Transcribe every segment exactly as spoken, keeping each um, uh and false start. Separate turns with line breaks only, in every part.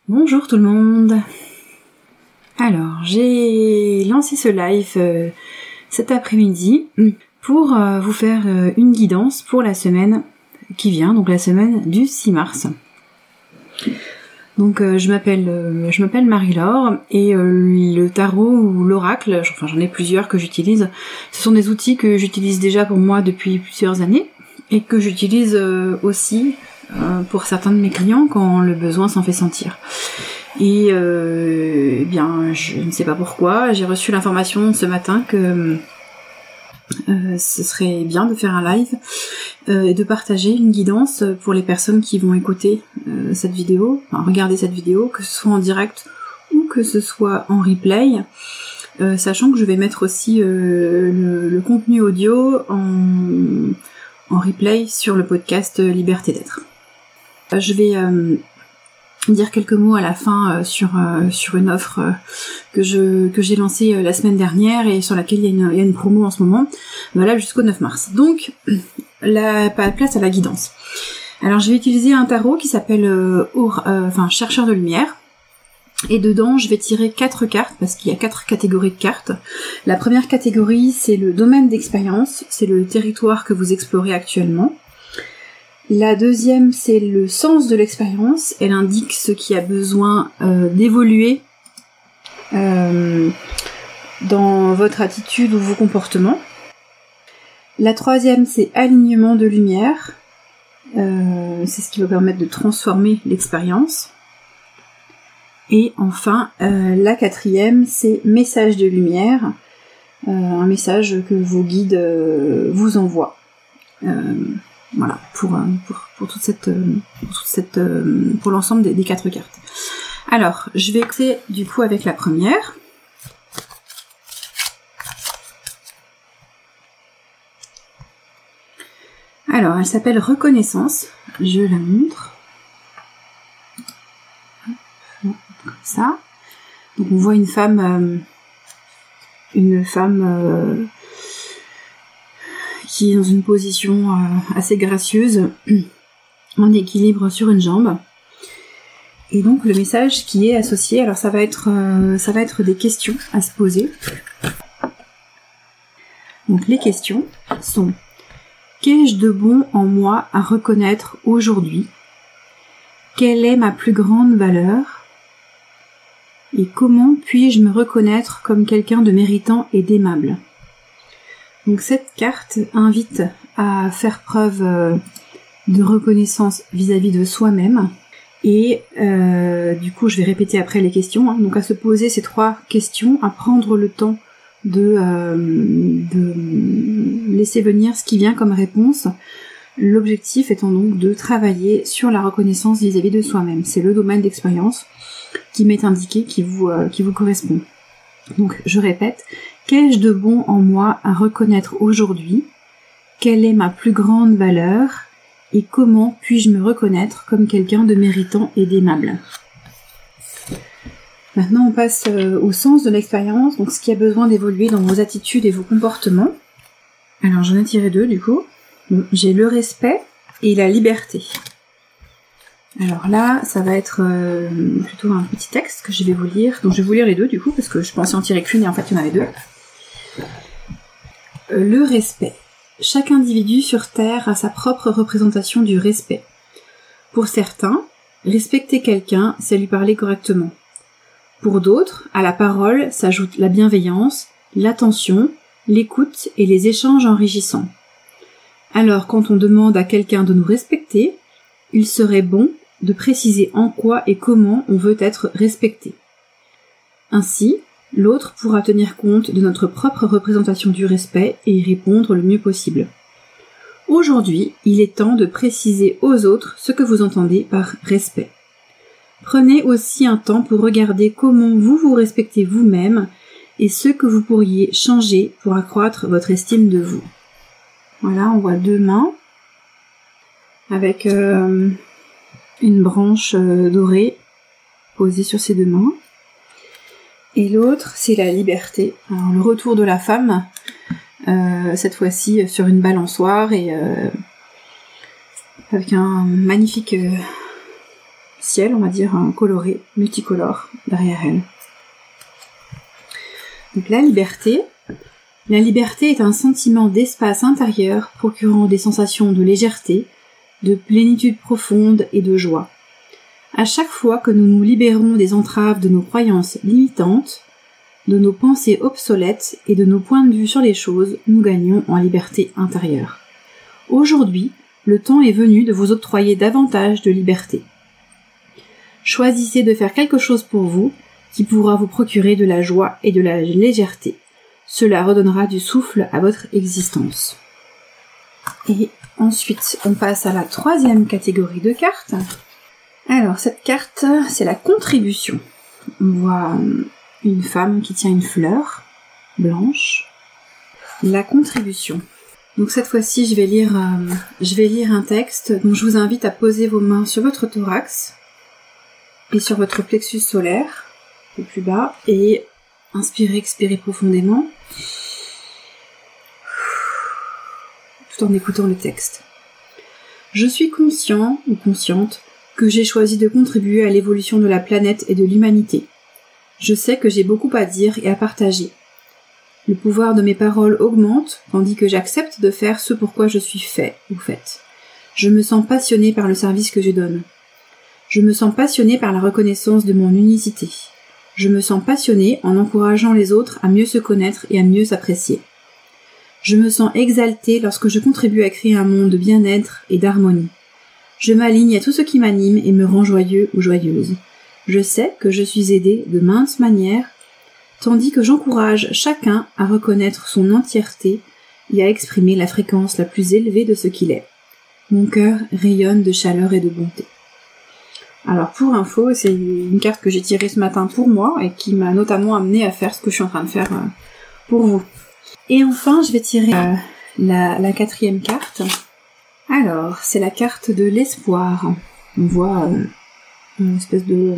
Bonjour tout le monde. Alors, j'ai lancé ce live euh, cet après-midi pour euh, vous faire euh, une guidance pour la semaine qui vient, donc la semaine du six mars. Donc euh, je m'appelle euh, je m'appelle Marie-Laure et euh, le tarot ou l'oracle, enfin j'en ai plusieurs que j'utilise, ce sont des outils que j'utilise déjà pour moi depuis plusieurs années et que j'utilise euh, aussi euh, pour certains de mes clients quand le besoin s'en fait sentir. Et euh, eh bien, je ne sais pas pourquoi, j'ai reçu l'information ce matin que euh, ce serait bien de faire un live euh, et de partager une guidance pour les personnes qui vont écouter euh, cette vidéo, enfin regarder cette vidéo, que ce soit en direct ou que ce soit en replay, euh, sachant que je vais mettre aussi euh, le, le contenu audio en, en replay sur le podcast Liberté d'être. Je vais euh, dire quelques mots à la fin euh, sur euh, sur une offre euh, que je que j'ai lancée euh, la semaine dernière et sur laquelle il y a une il y a une promo en ce moment, voilà, jusqu'au neuf mars. Donc la place à la guidance. Alors je vais utiliser un tarot qui s'appelle euh, Or, euh, enfin chercheur de lumière. Et dedans, je vais tirer quatre cartes, parce qu'il y a quatre catégories de cartes. La première catégorie, c'est le domaine d'expérience, c'est le territoire que vous explorez actuellement. La deuxième, c'est le sens de l'expérience. Elle indique ce qui a besoin euh, d'évoluer euh, dans votre attitude ou vos comportements. La troisième, c'est alignement de lumière. Euh, c'est ce qui va permettre de transformer l'expérience. Et enfin, euh, la quatrième, c'est message de lumière. Euh, un message que vos guides euh, vous envoient. Euh, Voilà, pour, pour, pour toute cette, pour, toute cette, pour l'ensemble des, des quatre cartes. Alors, je vais commencer du coup avec la première. Alors, elle s'appelle Reconnaissance. Je la montre. Comme ça. Donc, on voit une femme, euh, une femme. Euh, qui est dans une position euh, assez gracieuse, en équilibre sur une jambe. Et donc le message qui est associé, alors ça va être euh, ça va être des questions à se poser. Donc les questions sont: qu'ai-je de bon en moi à reconnaître aujourd'hui? Quelle est ma plus grande valeur? Et comment puis-je me reconnaître comme quelqu'un de méritant et d'aimable? Donc cette carte invite à faire preuve euh, de reconnaissance vis-à-vis de soi-même. Et euh, du coup, je vais répéter après les questions. Hein. Donc à se poser ces trois questions, à prendre le temps de, euh, de laisser venir ce qui vient comme réponse. L'objectif étant donc de travailler sur la reconnaissance vis-à-vis de soi-même. C'est le domaine d'expérience qui m'est indiqué, qui vous, euh, qui vous correspond. Donc je répète, qu'ai-je de bon en moi à reconnaître aujourd'hui? Quelle est ma plus grande valeur? Et comment puis-je me reconnaître comme quelqu'un de méritant et d'aimable? Maintenant on passe au sens de l'expérience, donc ce qui a besoin d'évoluer dans vos attitudes et vos comportements. Alors j'en ai tiré deux du coup. Bon, j'ai le respect et la liberté. Alors là, ça va être euh, plutôt un petit texte que je vais vous lire. Donc je vais vous lire les deux du coup, parce que je pensais en tirer qu'une et en fait il y en avait deux. Euh, le respect. Chaque individu sur Terre a sa propre représentation du respect. Pour certains, respecter quelqu'un, c'est lui parler correctement. Pour d'autres, à la parole s'ajoute la bienveillance, l'attention, l'écoute et les échanges enrichissants. Alors quand on demande à quelqu'un de nous respecter, il serait bon de préciser en quoi et comment on veut être respecté. Ainsi, l'autre pourra tenir compte de notre propre représentation du respect et y répondre le mieux possible. Aujourd'hui, il est temps de préciser aux autres ce que vous entendez par respect. Prenez aussi un temps pour regarder comment vous vous respectez vous-même et ce que vous pourriez changer pour accroître votre estime de vous. Voilà, on voit deux mains avec euh, une branche euh, dorée posée sur ces deux mains. Et l'autre, c'est la liberté. Alors, le retour de la femme, euh, cette fois-ci sur une balançoire et euh, avec un magnifique euh, ciel, on va dire, un coloré, multicolore derrière elle. Donc la liberté. La liberté est un sentiment d'espace intérieur procurant des sensations de légèreté, de plénitude profonde et de joie. À chaque fois que nous nous libérons des entraves de nos croyances limitantes, de nos pensées obsolètes et de nos points de vue sur les choses, nous gagnons en liberté intérieure. Aujourd'hui, le temps est venu de vous octroyer davantage de liberté. Choisissez de faire quelque chose pour vous qui pourra vous procurer de la joie et de la légèreté. Cela redonnera du souffle à votre existence. Et ensuite, on passe à la troisième catégorie de cartes. Alors, cette carte, c'est la contribution. On voit une femme qui tient une fleur blanche. La contribution. Donc cette fois-ci, je vais lire, euh, je vais lire un texte. Donc je vous invite à poser vos mains sur votre thorax et sur votre plexus solaire, le plus bas, et inspirez, expirez profondément, tout en écoutant le texte. Je suis conscient ou consciente que j'ai choisi de contribuer à l'évolution de la planète et de l'humanité. Je sais que j'ai beaucoup à dire et à partager. Le pouvoir de mes paroles augmente, tandis que j'accepte de faire ce pourquoi je suis fait ou faite. Je me sens passionné par le service que je donne. Je me sens passionné par la reconnaissance de mon unicité. Je me sens passionné en encourageant les autres à mieux se connaître et à mieux s'apprécier. Je me sens exalté lorsque je contribue à créer un monde de bien-être et d'harmonie. Je m'aligne à tout ce qui m'anime et me rend joyeux ou joyeuse. Je sais que je suis aidé de maintes manières, tandis que j'encourage chacun à reconnaître son entièreté et à exprimer la fréquence la plus élevée de ce qu'il est. Mon cœur rayonne de chaleur et de bonté. Alors pour info, c'est une carte que j'ai tirée ce matin pour moi et qui m'a notamment amené à faire ce que je suis en train de faire pour vous. Et enfin, je vais tirer euh, la, la quatrième carte. Alors, c'est la carte de l'espoir. On voit euh, une espèce de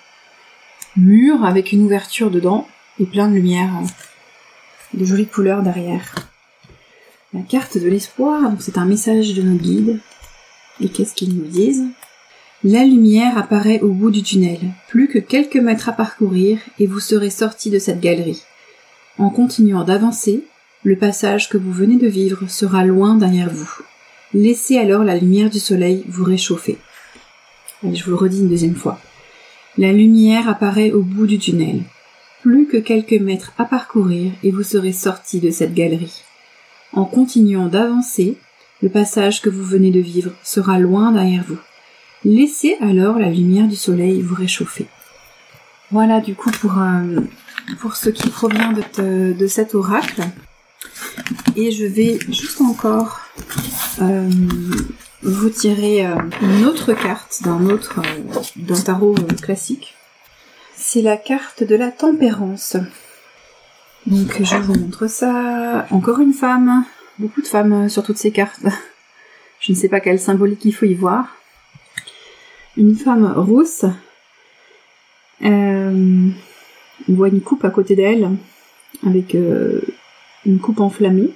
mur avec une ouverture dedans et plein de lumière, de jolies couleurs derrière. La carte de l'espoir, donc c'est un message de nos guides. Et qu'est-ce qu'ils nous disent ? La lumière apparaît au bout du tunnel. Plus que quelques mètres à parcourir et vous serez sortis de cette galerie. En continuant d'avancer, le passage que vous venez de vivre sera loin derrière vous. Laissez alors la lumière du soleil vous réchauffer. Et je vous le redis une deuxième fois. La lumière apparaît au bout du tunnel. Plus que quelques mètres à parcourir et vous serez sortis de cette galerie. En continuant d'avancer, le passage que vous venez de vivre sera loin derrière vous. Laissez alors la lumière du soleil vous réchauffer. Voilà du coup pour, euh, pour ce qui provient de, te, de cet oracle. Et je vais juste encore euh, vous tirer euh, une autre carte d'un autre euh, d'un tarot euh, classique. C'est la carte de la tempérance. Donc je vous montre ça. Encore une femme, beaucoup de femmes sur toutes ces cartes. Je ne sais pas quelle symbolique il faut y voir. Une femme rousse. Euh, on voit une coupe à côté d'elle avec euh, une coupe enflammée.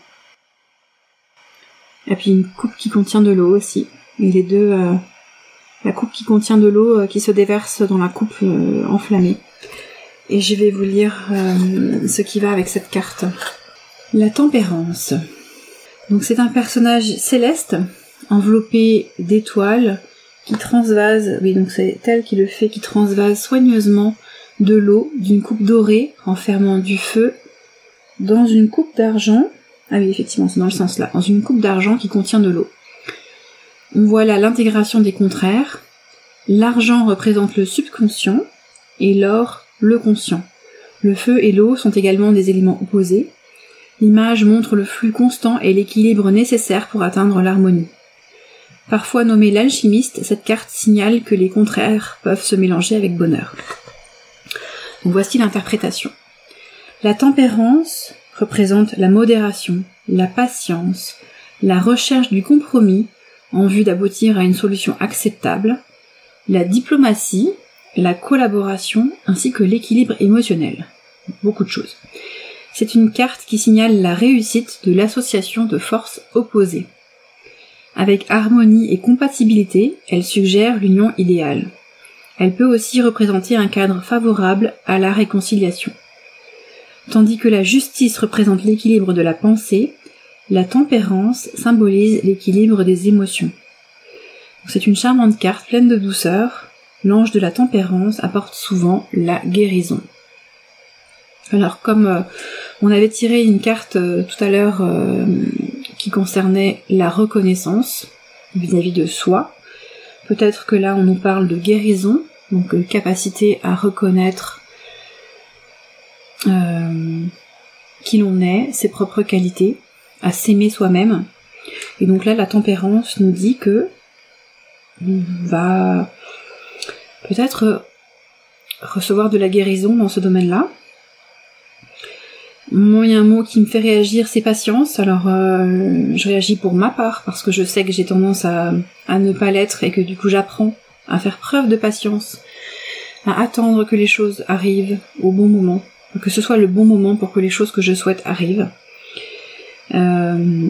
Et puis une coupe qui contient de l'eau aussi. Et les deux, euh, la coupe qui contient de l'eau euh, qui se déverse dans la coupe euh, enflammée. Et je vais vous lire euh, ce qui va avec cette carte. La tempérance. Donc c'est un personnage céleste, enveloppé d'étoiles, qui transvase, oui donc c'est elle qui le fait, qui transvase soigneusement de l'eau d'une coupe dorée, renfermant du feu, dans une coupe d'argent. Ah oui, effectivement, c'est dans le sens là. Dans une coupe d'argent qui contient de l'eau. On voit là l'intégration des contraires. L'argent représente le subconscient et l'or le conscient. Le feu et l'eau sont également des éléments opposés. L'image montre le flux constant et l'équilibre nécessaire pour atteindre l'harmonie. Parfois nommée l'alchimiste, cette carte signale que les contraires peuvent se mélanger avec bonheur. Donc voici l'interprétation. La tempérance représente la modération, la patience, la recherche du compromis en vue d'aboutir à une solution acceptable, la diplomatie, la collaboration ainsi que l'équilibre émotionnel. Beaucoup de choses. C'est une carte qui signale la réussite de l'association de forces opposées. Avec harmonie et compatibilité, elle suggère l'union idéale. Elle peut aussi représenter un cadre favorable à la réconciliation. Tandis que la justice représente l'équilibre de la pensée, la tempérance symbolise l'équilibre des émotions. C'est une charmante carte pleine de douceur. L'ange de la tempérance apporte souvent la guérison. Alors comme euh, on avait tiré une carte euh, tout à l'heure euh, qui concernait la reconnaissance vis-à-vis de soi, peut-être que là on nous parle de guérison, donc euh, capacité à reconnaître euh, qui l'on est, ses propres qualités, à s'aimer soi-même. Et donc là la tempérance nous dit que on va peut-être recevoir de la guérison dans ce domaine-là. Moi, il y a un mot qui me fait réagir, c'est patience. Alors, euh, je réagis pour ma part, parce que je sais que j'ai tendance à, à ne pas l'être, et que du coup j'apprends à faire preuve de patience, à attendre que les choses arrivent au bon moment, que ce soit le bon moment pour que les choses que je souhaite arrivent. Euh,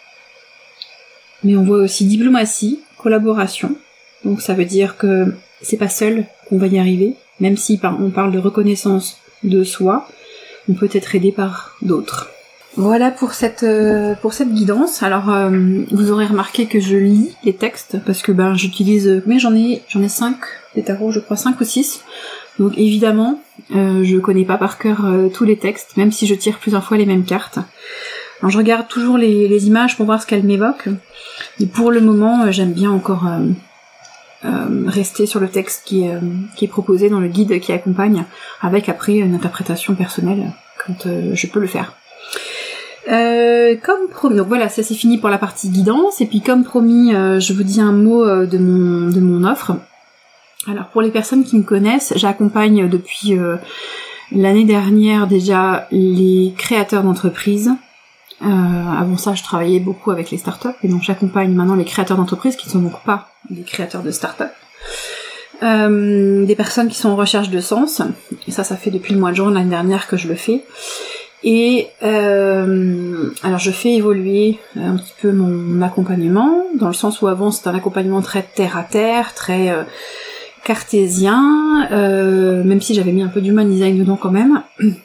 mais on voit aussi diplomatie, collaboration. Donc ça veut dire que c'est pas seul qu'on va y arriver, même si on parle de reconnaissance de soi, on peut être aidé par d'autres. Voilà pour cette euh, pour cette guidance. Alors euh, vous aurez remarqué que je lis les textes parce que ben j'utilise, mais j'en ai j'en ai cinq des tarots, je crois cinq ou six. Donc évidemment, euh, je connais pas par cœur euh, tous les textes, même si je tire plusieurs fois les mêmes cartes. Alors je regarde toujours les, les images pour voir ce qu'elles m'évoquent. Et pour le moment, euh, j'aime bien encore euh, euh, rester sur le texte qui est, euh, qui est proposé dans le guide qui accompagne, avec après une interprétation personnelle quand euh, je peux le faire. Euh, comme promis, donc voilà, ça c'est fini pour la partie guidance. Et puis comme promis, euh, je vous dis un mot euh, de mon de mon offre. Alors pour les personnes qui me connaissent, j'accompagne depuis euh, l'année dernière déjà les créateurs d'entreprises. Euh, avant ça, je travaillais beaucoup avec les startups, et donc j'accompagne maintenant les créateurs d'entreprises qui ne sont donc pas des créateurs de startups. Euh, des personnes qui sont en recherche de sens, et ça, ça fait depuis le mois de juin de l'année dernière que je le fais. Et euh, alors je fais évoluer un petit peu mon accompagnement, dans le sens où avant c'était un accompagnement très terre à terre, très euh, cartésien, euh, même si j'avais mis un peu d'human design dedans quand même.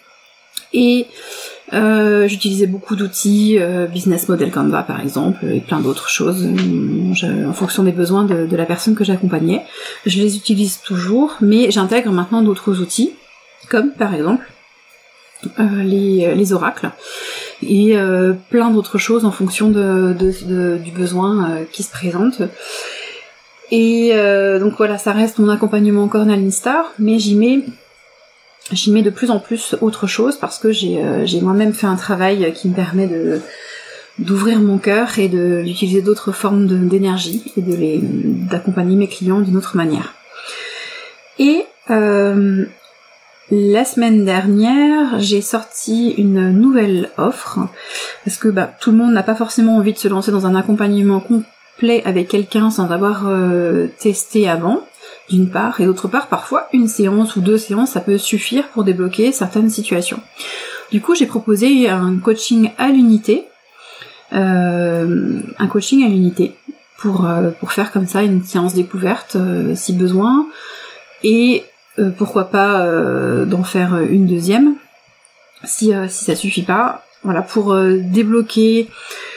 Et Euh, j'utilisais beaucoup d'outils, euh, Business Model Canva par exemple, et plein d'autres choses, je, en fonction des besoins de, de la personne que j'accompagnais. Je les utilise toujours, mais j'intègre maintenant d'autres outils, comme par exemple euh, les, les oracles, et euh, plein d'autres choses en fonction de, de, de, du besoin euh, qui se présente. Et euh, donc voilà, ça reste mon accompagnement Cornaline Star, mais j'y mets J'y mets de plus en plus autre chose parce que j'ai euh, j'ai moi-même fait un travail qui me permet de d'ouvrir mon cœur et de d'utiliser d'autres formes de, d'énergie et de les d'accompagner mes clients d'une autre manière. Et euh, la semaine dernière, j'ai sorti une nouvelle offre parce que bah, tout le monde n'a pas forcément envie de se lancer dans un accompagnement complet avec quelqu'un sans avoir euh, testé avant. D'une part, et d'autre part, parfois, une séance ou deux séances, ça peut suffire pour débloquer certaines situations. Du coup, j'ai proposé un coaching à l'unité, euh, un coaching à l'unité, pour, euh, pour faire comme ça une séance découverte, euh, si besoin, et euh, pourquoi pas euh, d'en faire une deuxième, si, euh, si ça suffit pas, voilà, pour euh, débloquer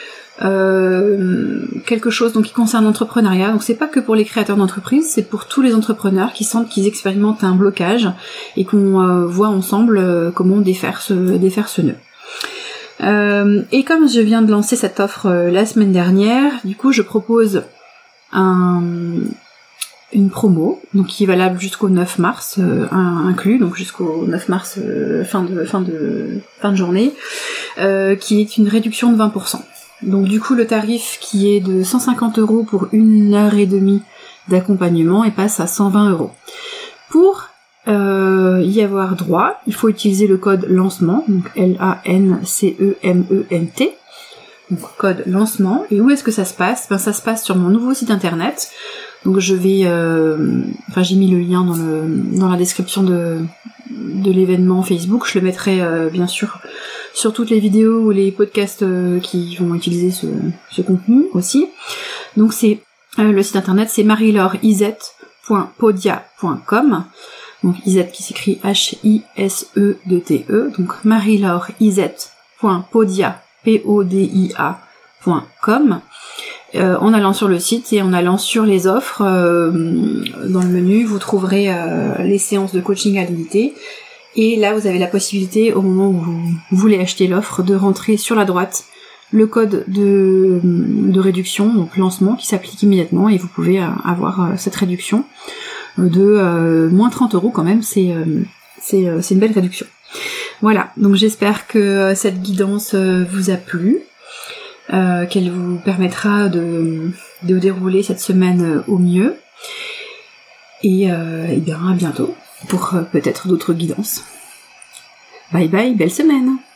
Euh, quelque chose donc qui concerne l'entrepreneuriat. Donc c'est pas que pour les créateurs d'entreprises, c'est pour tous les entrepreneurs qui sentent qu'ils expérimentent un blocage et qu'on euh, voit ensemble euh, comment défaire ce défaire ce nœud. Euh, et comme je viens de lancer cette offre euh, la semaine dernière, du coup je propose un une promo donc qui est valable jusqu'au neuf mars euh, inclus, donc jusqu'au neuf mars euh, fin de fin de fin de journée, euh, qui est une réduction de vingt pour cent. Donc du coup le tarif qui est de cent cinquante euros pour une heure et demie d'accompagnement et passe à cent vingt euros. Pour euh, y avoir droit, il faut utiliser le code lancement, donc L A N C E M E N T, donc code lancement. Et où est-ce que ça se passe ? Ben ça se passe sur mon nouveau site internet. Donc je vais, euh, enfin j'ai mis le lien dans le dans la description de de l'événement Facebook. Je le mettrai euh, bien sûr sur toutes les vidéos ou les podcasts euh, qui vont utiliser ce, ce contenu aussi. Donc c'est euh, le site internet, c'est marie laure izette point podia point com. Donc Isette qui s'écrit H I S E D T E. Donc Marie-Laure Isette point podia P O D I A point com. Euh, en allant sur le site et en allant sur les offres, euh, dans le menu, vous trouverez euh, les séances de coaching à l'unité. Et là, vous avez la possibilité, au moment où vous voulez acheter l'offre, de rentrer sur la droite le code de, de réduction, donc lancement, qui s'applique immédiatement, et vous pouvez euh, avoir euh, cette réduction de euh, moins trente euros quand même. C'est, euh, c'est, euh, c'est une belle réduction. Voilà, donc j'espère que cette guidance euh, vous a plu. Euh, qu'elle vous permettra de, de dérouler cette semaine euh, au mieux. Et, euh, et bien à bientôt pour euh, peut-être d'autres guidances. Bye bye, belle semaine!